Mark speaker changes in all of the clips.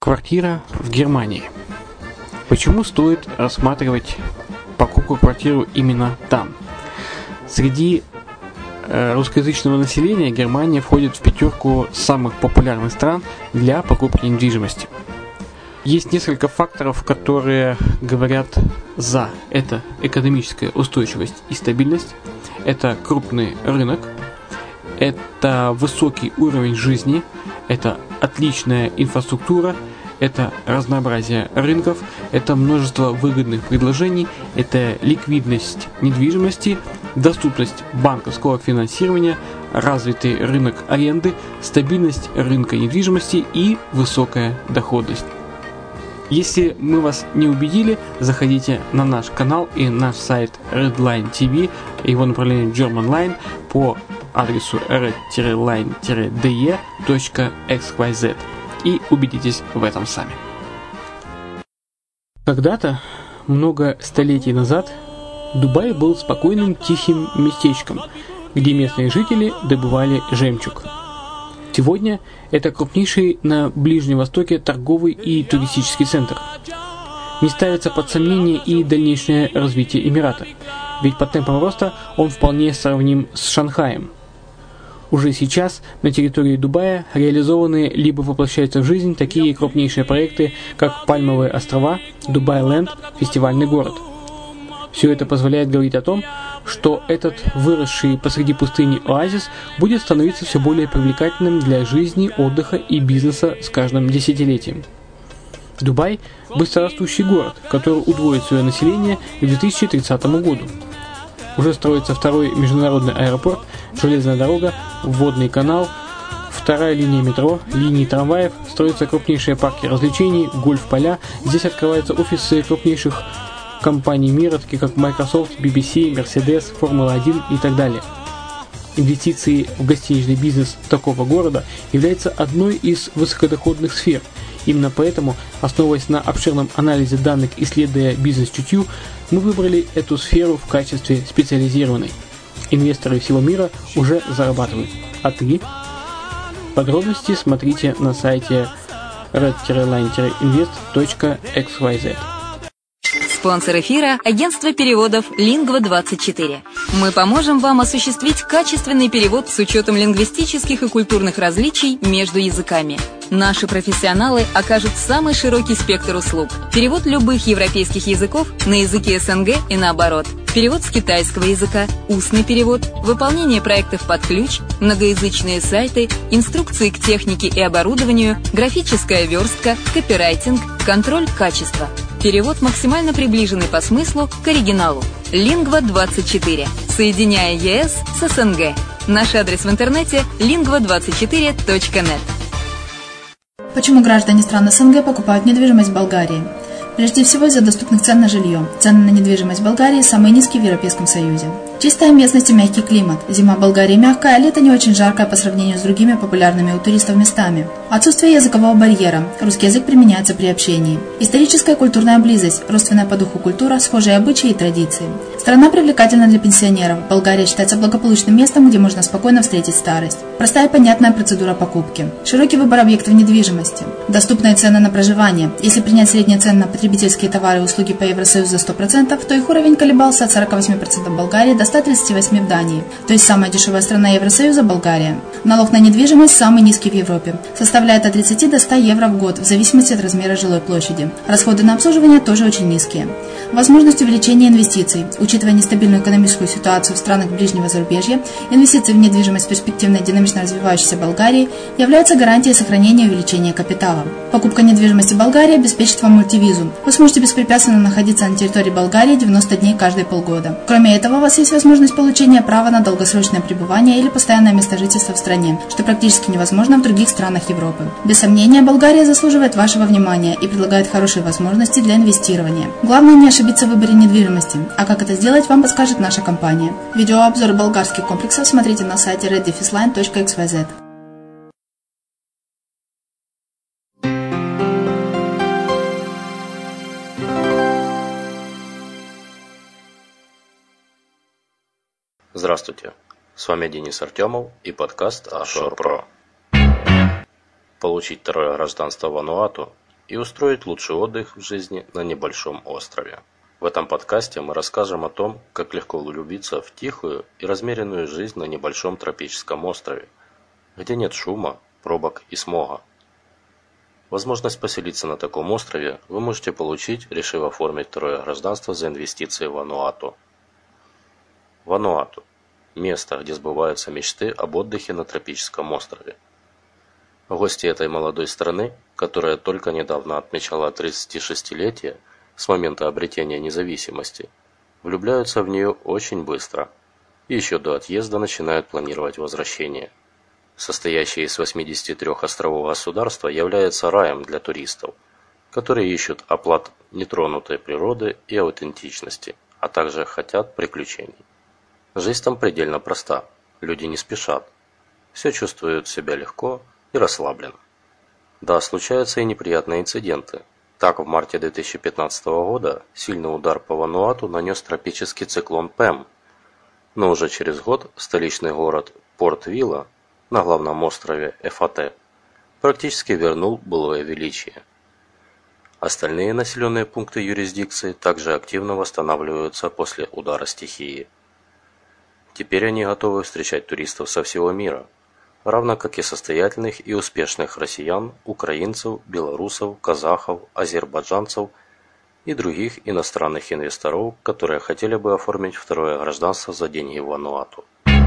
Speaker 1: Квартира в Германии. Почему стоит рассматривать покупку квартиры именно там? Среди русскоязычного населения Германия входит в пятерку самых популярных стран для покупки недвижимости. Есть несколько факторов, которые говорят за. Это экономическая устойчивость и стабильность, это крупный рынок, это высокий уровень жизни, это отличная инфраструктура, это разнообразие рынков, это множество выгодных предложений, это ликвидность недвижимости, доступность банковского финансирования, развитый рынок аренды, стабильность рынка недвижимости и высокая доходность. Если мы вас не убедили, заходите на наш канал и наш сайт Redline TV, его направление German Line по адресу red-line-de.xyz и убедитесь в этом сами. Когда-то, много столетий назад, Дубай был спокойным тихим местечком, где местные жители добывали жемчуг. Сегодня это крупнейший на Ближнем Востоке торговый и туристический центр. Не ставится под сомнение и дальнейшее развитие Эмирата, ведь по темпам роста он вполне сравним с Шанхаем. Уже сейчас на территории Дубая реализованы либо воплощаются в жизнь такие крупнейшие проекты, как Пальмовые острова, Дубай-Ленд, фестивальный город. Все это позволяет говорить о том, что этот выросший посреди пустыни оазис будет становиться все более привлекательным для жизни, отдыха и бизнеса с каждым десятилетием. Дубай – быстрорастущий город, который удвоит свое население к 2030 году. Уже строится второй международный аэропорт, железная дорога, водный канал, вторая линия метро, линии трамваев, строятся крупнейшие парки развлечений, гольф-поля. Здесь открываются офисы крупнейших компаний мира, таких как Microsoft, BBC, Mercedes, Формула-1 и так далее. Инвестиции в гостиничный бизнес такого города являются одной из высокодоходных сфер. Именно поэтому, основываясь на обширном анализе данных, исследуя бизнес-чутью, мы выбрали эту сферу в качестве специализированной. Инвесторы всего мира уже зарабатывают. А ты? Подробности смотрите на сайте red-line-invest.xyz.
Speaker 2: Спонсор эфира – агентство переводов Lingva24. Мы поможем вам осуществить качественный перевод с учетом лингвистических и культурных различий между языками. Наши профессионалы окажут самый широкий спектр услуг. Перевод любых европейских языков на языки СНГ и наоборот. Перевод с китайского языка, устный перевод, выполнение проектов под ключ, многоязычные сайты, инструкции к технике и оборудованию, графическая верстка, копирайтинг, контроль качества. Перевод максимально приближенный по смыслу к оригиналу. Lingva24. Соединяя ЕС с СНГ. Наш адрес в интернете lingva24.net.
Speaker 3: Почему граждане стран СНГ покупают недвижимость в Болгарии? Прежде всего из-за доступных цен на жилье. Цены на недвижимость в Болгарии самые низкие в Европейском Союзе. Чистая местность и мягкий климат. Зима в Болгарии мягкая, а лето не очень жаркое по сравнению с другими популярными у туристов местами. Отсутствие языкового барьера. Русский язык применяется при общении. Историческая и культурная близость. Родственная по духу культура, схожие обычаи и традиции. Страна привлекательна для пенсионеров. Болгария считается благополучным местом, где можно спокойно встретить старость. Простая и понятная процедура покупки. Широкий выбор объектов недвижимости. Доступные цены на проживание. Если принять средние цены на потребительские товары и услуги по Евросоюзу за 100%, то их уровень колебался от 48% в Болгарии до 138% в Дании. То есть самая дешевая страна Евросоюза – Болгария. Налог на недвижимость самый низкий в Европе. Составляет от 30 до 100 евро в год, в зависимости от размера жилой площади. Расходы на обслуживание тоже очень низкие. Возможность увеличения инвестиций. Учитывая нестабильную экономическую ситуацию в странах ближнего зарубежья, инвестиции в недвижимость в перспективной динамично развивающейся Болгарии являются гарантией сохранения и увеличения капитала. Покупка недвижимости в Болгарии обеспечит вам мультивизу. Вы сможете беспрепятственно находиться на территории Болгарии 90 дней каждые полгода. Кроме этого, у вас есть возможность получения права на долгосрочное пребывание или постоянное место жительства в стране, что практически невозможно в других странах Европы. Без сомнения, Болгария заслуживает вашего внимания и предлагает хорошие возможности для инвестирования. Главное не ошибиться в выборе недвижимости, а как это сделать, вам подскажет наша компания. Видеообзор болгарских комплексов смотрите на сайте red-line.xyz.
Speaker 4: Здравствуйте, с вами Денис Артемов и подкаст Offshore Pro. Получить второе гражданство Вануату и устроить лучший отдых в жизни на небольшом острове. В этом подкасте мы расскажем о том, как легко влюбиться в тихую и размеренную жизнь на небольшом тропическом острове, где нет шума, пробок и смога. Возможность поселиться на таком острове вы можете получить, решив оформить второе гражданство за инвестиции в Вануату. Вануату – место, где сбываются мечты об отдыхе на тропическом острове. Гости этой молодой страны, которая только недавно отмечала 36-летие с момента обретения независимости, влюбляются в нее очень быстро и еще до отъезда начинают планировать возвращение. Состоящее из 83 островов государство является раем для туристов, которые ищут оплот нетронутой природы и аутентичности, а также хотят приключений. Жизнь там предельно проста, люди не спешат, все чувствуют себя легко и расслабленно. Да, случаются и неприятные инциденты. Так, в марте 2015 года сильный удар по Вануату нанес тропический циклон Пэм, но уже через год столичный город Порт-Вилла на главном острове Эфате практически вернул былое величие. Остальные населенные пункты юрисдикции также активно восстанавливаются после удара стихии. Теперь они готовы встречать туристов со всего мира, равно как и состоятельных и успешных россиян, украинцев, белорусов, казахов, азербайджанцев и других иностранных инвесторов, которые хотели бы оформить второе гражданство за деньги в Вануату.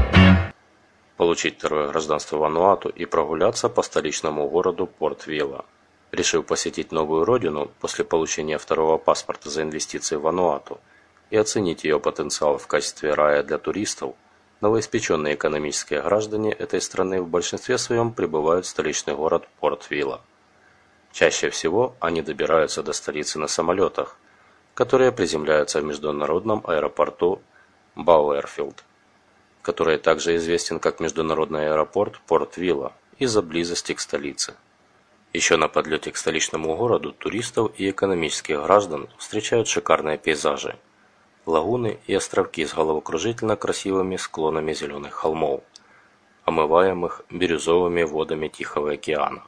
Speaker 4: Получить второе гражданство в Вануату и прогуляться по столичному городу Порт-Вилла. Решив посетить новую родину после получения второго паспорта за инвестиции в Вануату и оценить ее потенциал в качестве рая для туристов, новоиспеченные экономические граждане этой страны в большинстве своем прибывают в столичный город Порт-Вилла. Чаще всего они добираются до столицы на самолетах, которые приземляются в международном аэропорту Бауэрфилд, который также известен как международный аэропорт Порт-Вилла из-за близости к столице. Еще на подлете к столичному городу туристов и экономических граждан встречают шикарные пейзажи, лагуны и островки с головокружительно красивыми склонами зеленых холмов, омываемых бирюзовыми водами Тихого океана.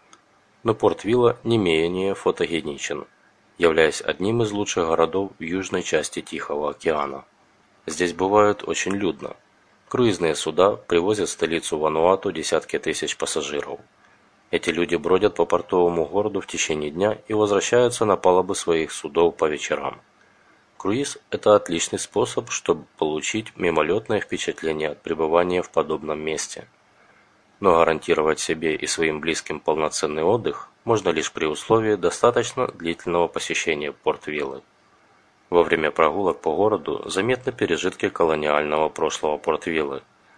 Speaker 4: Но Порт-Вилла не менее фотогеничен, являясь одним из лучших городов в южной части Тихого океана. Здесь бывает очень людно. Круизные суда привозят в столицу Вануату десятки тысяч пассажиров. Эти люди бродят по портовому городу в течение дня и возвращаются на палубы своих судов по вечерам. Круиз – это отличный способ, чтобы получить мимолетное впечатление от пребывания в подобном месте. Но гарантировать себе и своим близким полноценный отдых можно лишь при условии достаточно длительного посещения Порт-Виллы. Во время прогулок по городу заметны пережитки колониального прошлого Порт-Виллы.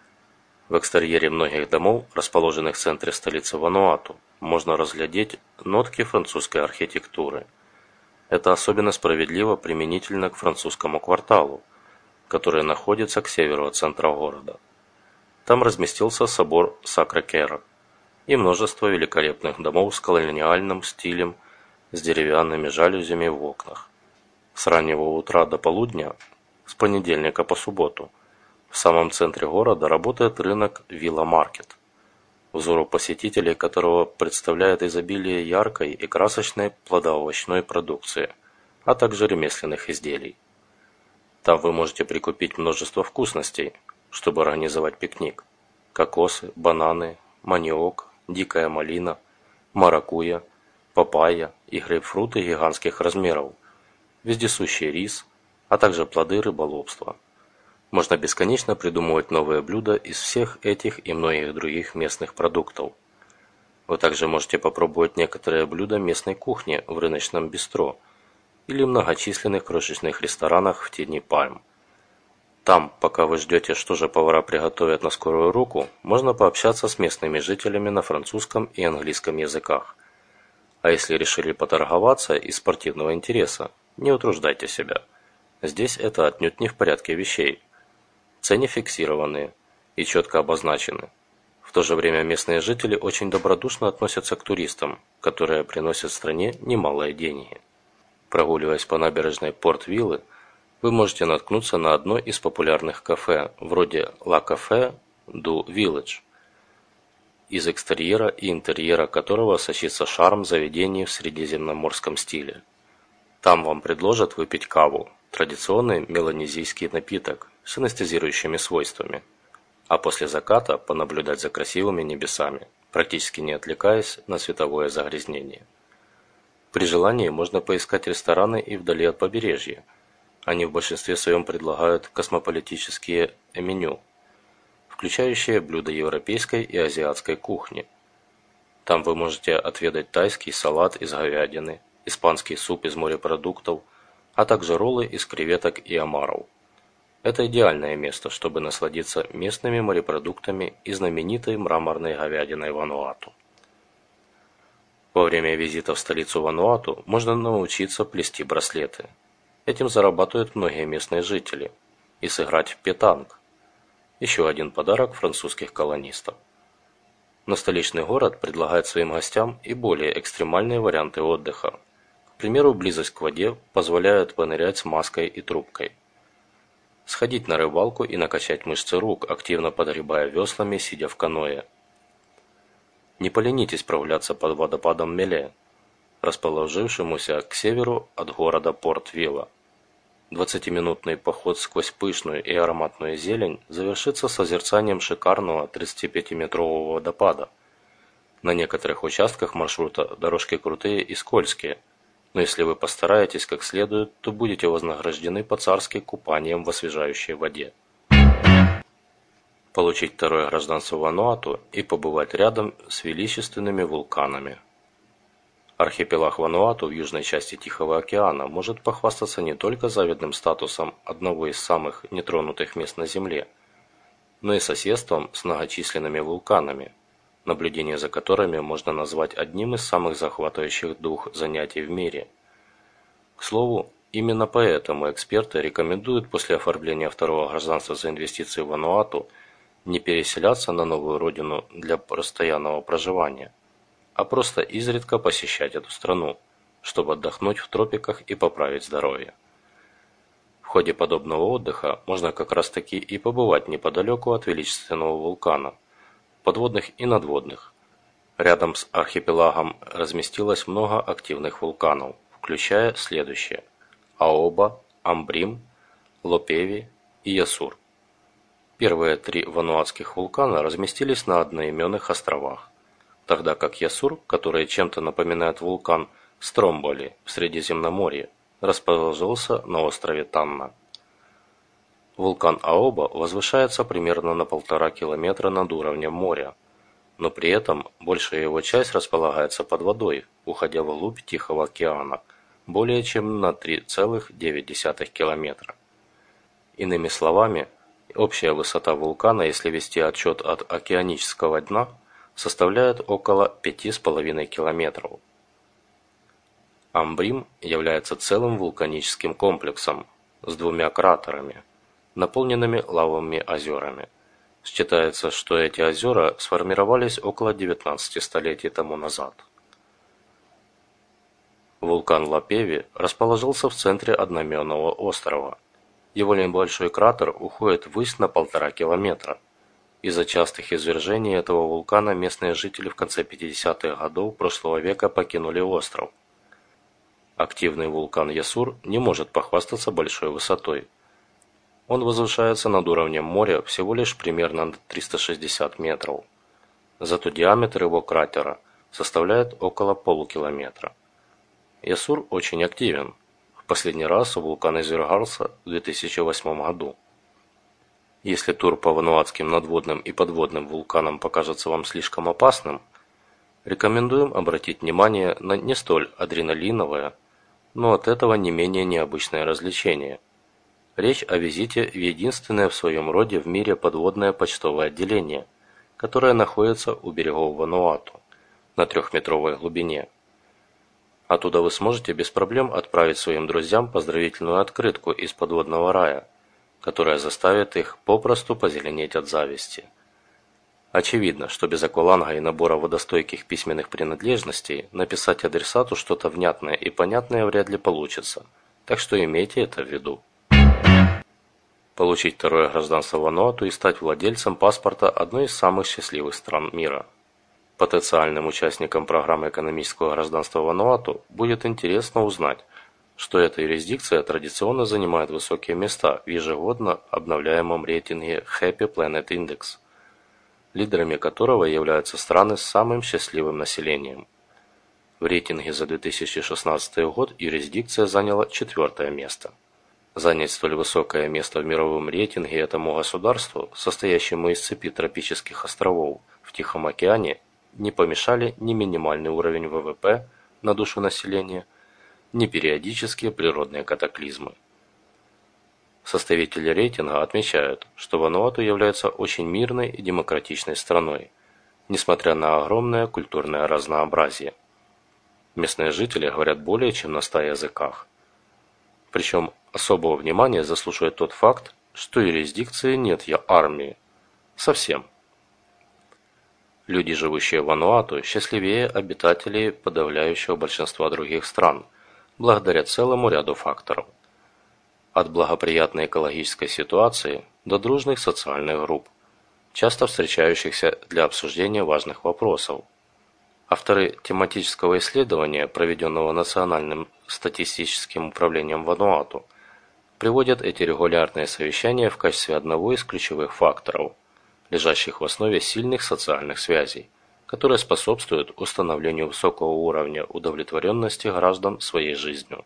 Speaker 4: В экстерьере многих домов, расположенных в центре столицы Вануату, можно разглядеть нотки французской архитектуры. Это особенно справедливо применительно к французскому кварталу, который находится к северу от центра города. Там разместился собор Сакрэ-Кера и множество великолепных домов с колониальным стилем с деревянными жалюзями в окнах. С раннего утра до полудня, с понедельника по субботу, в самом центре города работает рынок Вилла-Маркет, взору посетителей которого представляет изобилие яркой и красочной плодоовощной продукции, а также ремесленных изделий. Там вы можете прикупить множество вкусностей, чтобы организовать пикник: кокосы, бананы, маниок, дикая малина, маракуйя, папайя и грейпфруты гигантских размеров, вездесущий рис, а также плоды рыболовства. Можно бесконечно придумывать новые блюда из всех этих и многих других местных продуктов. Вы также можете попробовать некоторые блюда местной кухни в рыночном бистро или многочисленных крошечных ресторанах в тени пальм. Там, пока вы ждете, что же повара приготовят на скорую руку, можно пообщаться с местными жителями на французском и английском языках. А если решили поторговаться из спортивного интереса, не утруждайте себя. Здесь это отнюдь не в порядке вещей. Цены фиксированные и четко обозначены. В то же время местные жители очень добродушно относятся к туристам, которые приносят стране немалые деньги. Прогуливаясь по набережной Порт-Виллы, вы можете наткнуться на одно из популярных кафе, вроде La Café du Village. из экстерьера и интерьера которого сочится шарм заведений в средиземноморском стиле. Там вам предложат выпить каву, традиционный меланезийский напиток с анестезирующими свойствами, а после заката понаблюдать за красивыми небесами, практически не отвлекаясь на световое загрязнение. При желании можно поискать рестораны и вдали от побережья. Они в большинстве своем предлагают космополитические меню, включающие блюда европейской и азиатской кухни. Там вы можете отведать тайский салат из говядины, испанский суп из морепродуктов, а также роллы из креветок и омаров. Это идеальное место, чтобы насладиться местными морепродуктами и знаменитой мраморной говядиной Вануату. Во время визита в столицу Вануату можно научиться плести браслеты. Этим зарабатывают многие местные жители. И сыграть в петанг. Еще один подарок французских колонистов. Но столичный город предлагает своим гостям и более экстремальные варианты отдыха. К примеру, близость к воде позволяет понырять с маской и трубкой. Сходить на рыбалку и накачать мышцы рук, активно подгребая веслами, сидя в каное. Не поленитесь прогуляться под водопадом Меле, расположившемуся к северу от города Порт-Вилла. 20-минутный поход сквозь пышную и ароматную зелень завершится созерцанием шикарного 35-метрового водопада. На некоторых участках маршрута дорожки крутые и скользкие, но если вы постараетесь как следует, то будете вознаграждены по-царски купанием в освежающей воде. Получить второе гражданство Вануату и побывать рядом с величественными вулканами. Архипелаг Вануату в южной части Тихого океана может похвастаться не только завидным статусом одного из самых нетронутых мест на Земле, но и соседством с многочисленными вулканами, наблюдение за которыми можно назвать одним из самых захватывающих дух занятий в мире. К слову, именно поэтому эксперты рекомендуют после оформления второго гражданства за инвестиции в Вануату не переселяться на новую родину для постоянного проживания, а просто изредка посещать эту страну, чтобы отдохнуть в тропиках и поправить здоровье. В ходе подобного отдыха можно как раз таки и побывать неподалеку от величественного вулкана, подводных и надводных. Рядом с архипелагом разместилось много активных вулканов, включая следующие: Аоба, Амбрим, Лопеви и Ясур. Первые три вануатских вулкана разместились на одноименных островах, тогда как Ясур, который чем-то напоминает вулкан Стромболи в Средиземноморье, расположился на острове Танна. Вулкан Аоба возвышается примерно на 1,5 километра над уровнем моря, но при этом большая его часть располагается под водой, уходя вглубь Тихого океана, более чем на 3,9 километра. Иными словами, общая высота вулкана, если вести отчет от океанического дна, составляет около 5,5 километров. Амбрим является целым вулканическим комплексом с 2 кратерами, наполненными лавовыми озерами. Считается, что эти озера сформировались около 19 столетий тому назад. Вулкан Лопеви расположился в центре одноименного острова. Его небольшой кратер уходит ввысь на 1,5 километра. Из-за частых извержений этого вулкана местные жители в конце 50-х годов прошлого века покинули остров. Активный вулкан Ясур не может похвастаться большой высотой. Он возвышается над уровнем моря всего лишь примерно на 360 метров. Зато диаметр его кратера составляет около полукилометра. Ясур очень активен. В последний раз вулкан извергался в 2008 году. Если тур по вануатским надводным и подводным вулканам покажется вам слишком опасным, рекомендуем обратить внимание на не столь адреналиновое, но от этого не менее необычное развлечение. Речь о визите в единственное в своем роде в мире подводное почтовое отделение, которое находится у берегов Вануату на 3-метровой глубине. Оттуда вы сможете без проблем отправить своим друзьям поздравительную открытку из подводного рая, которая заставит их попросту позеленеть от зависти. Очевидно, что без акваланга и набора водостойких письменных принадлежностей написать адресату что-то внятное и понятное вряд ли получится, так что имейте это в виду. Получить второе гражданство Вануату и стать владельцем паспорта одной из самых счастливых стран мира. Потенциальным участникам программы экономического гражданства Вануату будет интересно узнать, что эта юрисдикция традиционно занимает высокие места в ежегодно обновляемом рейтинге Happy Planet Index, лидерами которого являются страны с самым счастливым населением. В рейтинге за 2016 год юрисдикция заняла 4-е место. Занять столь высокое место в мировом рейтинге этому государству, состоящему из цепи тропических островов в Тихом океане, не помешали ни минимальный уровень ВВП на душу населения, ни периодические природные катаклизмы. Составители рейтинга отмечают, что Вануату является очень мирной и демократичной страной, несмотря на огромное культурное разнообразие. Местные жители говорят более чем на 100 языках. Причем особого внимания заслуживает тот факт, что в юрисдикции нет армии. Совсем. Люди, живущие в Вануату, счастливее обитателей подавляющего большинства других стран, благодаря целому ряду факторов. От благоприятной экологической ситуации до дружных социальных групп, часто встречающихся для обсуждения важных вопросов. Авторы тематического исследования, проведенного Национальным статистическим управлением Вануату, приводят эти регулярные совещания в качестве одного из ключевых факторов, лежащих в основе сильных социальных связей, которые способствуют установлению высокого уровня удовлетворенности граждан своей жизнью.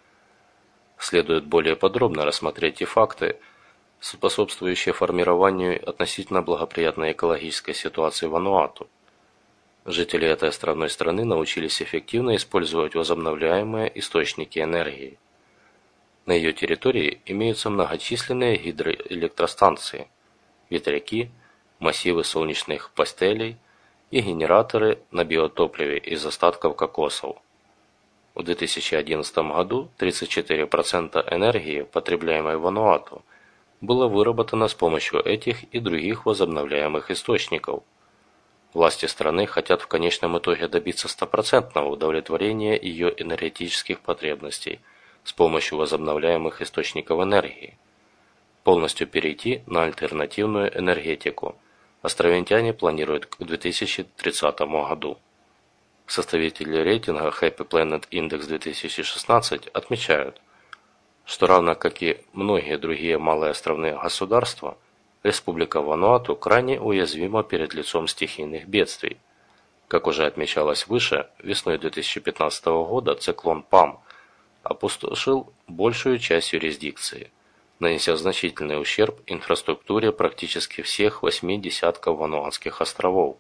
Speaker 4: Следует более подробно рассмотреть те факты, способствующие формированию относительно благоприятной экологической ситуации в Вануату. Жители этой островной страны научились эффективно использовать возобновляемые источники энергии. На ее территории имеются многочисленные гидроэлектростанции, ветряки, массивы солнечных пастелей и генераторы на биотопливе из остатков кокосов. В 2011 году 34% энергии, потребляемой в Вануату, было выработано с помощью этих и других возобновляемых источников. Власти страны хотят в конечном итоге добиться 100% удовлетворения ее энергетических потребностей с помощью возобновляемых источников энергии. Полностью перейти на альтернативную энергетику островитяне планируют к 2030 году. Составители рейтинга Happy Planet Index 2016 отмечают, что равно как и многие другие малые островные государства, Республика Вануату крайне уязвима перед лицом стихийных бедствий. Как уже отмечалось выше, весной 2015 года циклон Пам опустошил большую часть юрисдикции, нанеся значительный ущерб инфраструктуре практически всех 8 десятков Вануатских островов.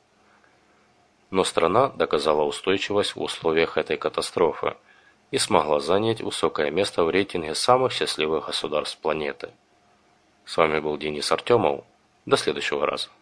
Speaker 4: Но страна доказала устойчивость в условиях этой катастрофы и смогла занять высокое место в рейтинге самых счастливых государств планеты. С вами был Денис Артемов. До следующего раза.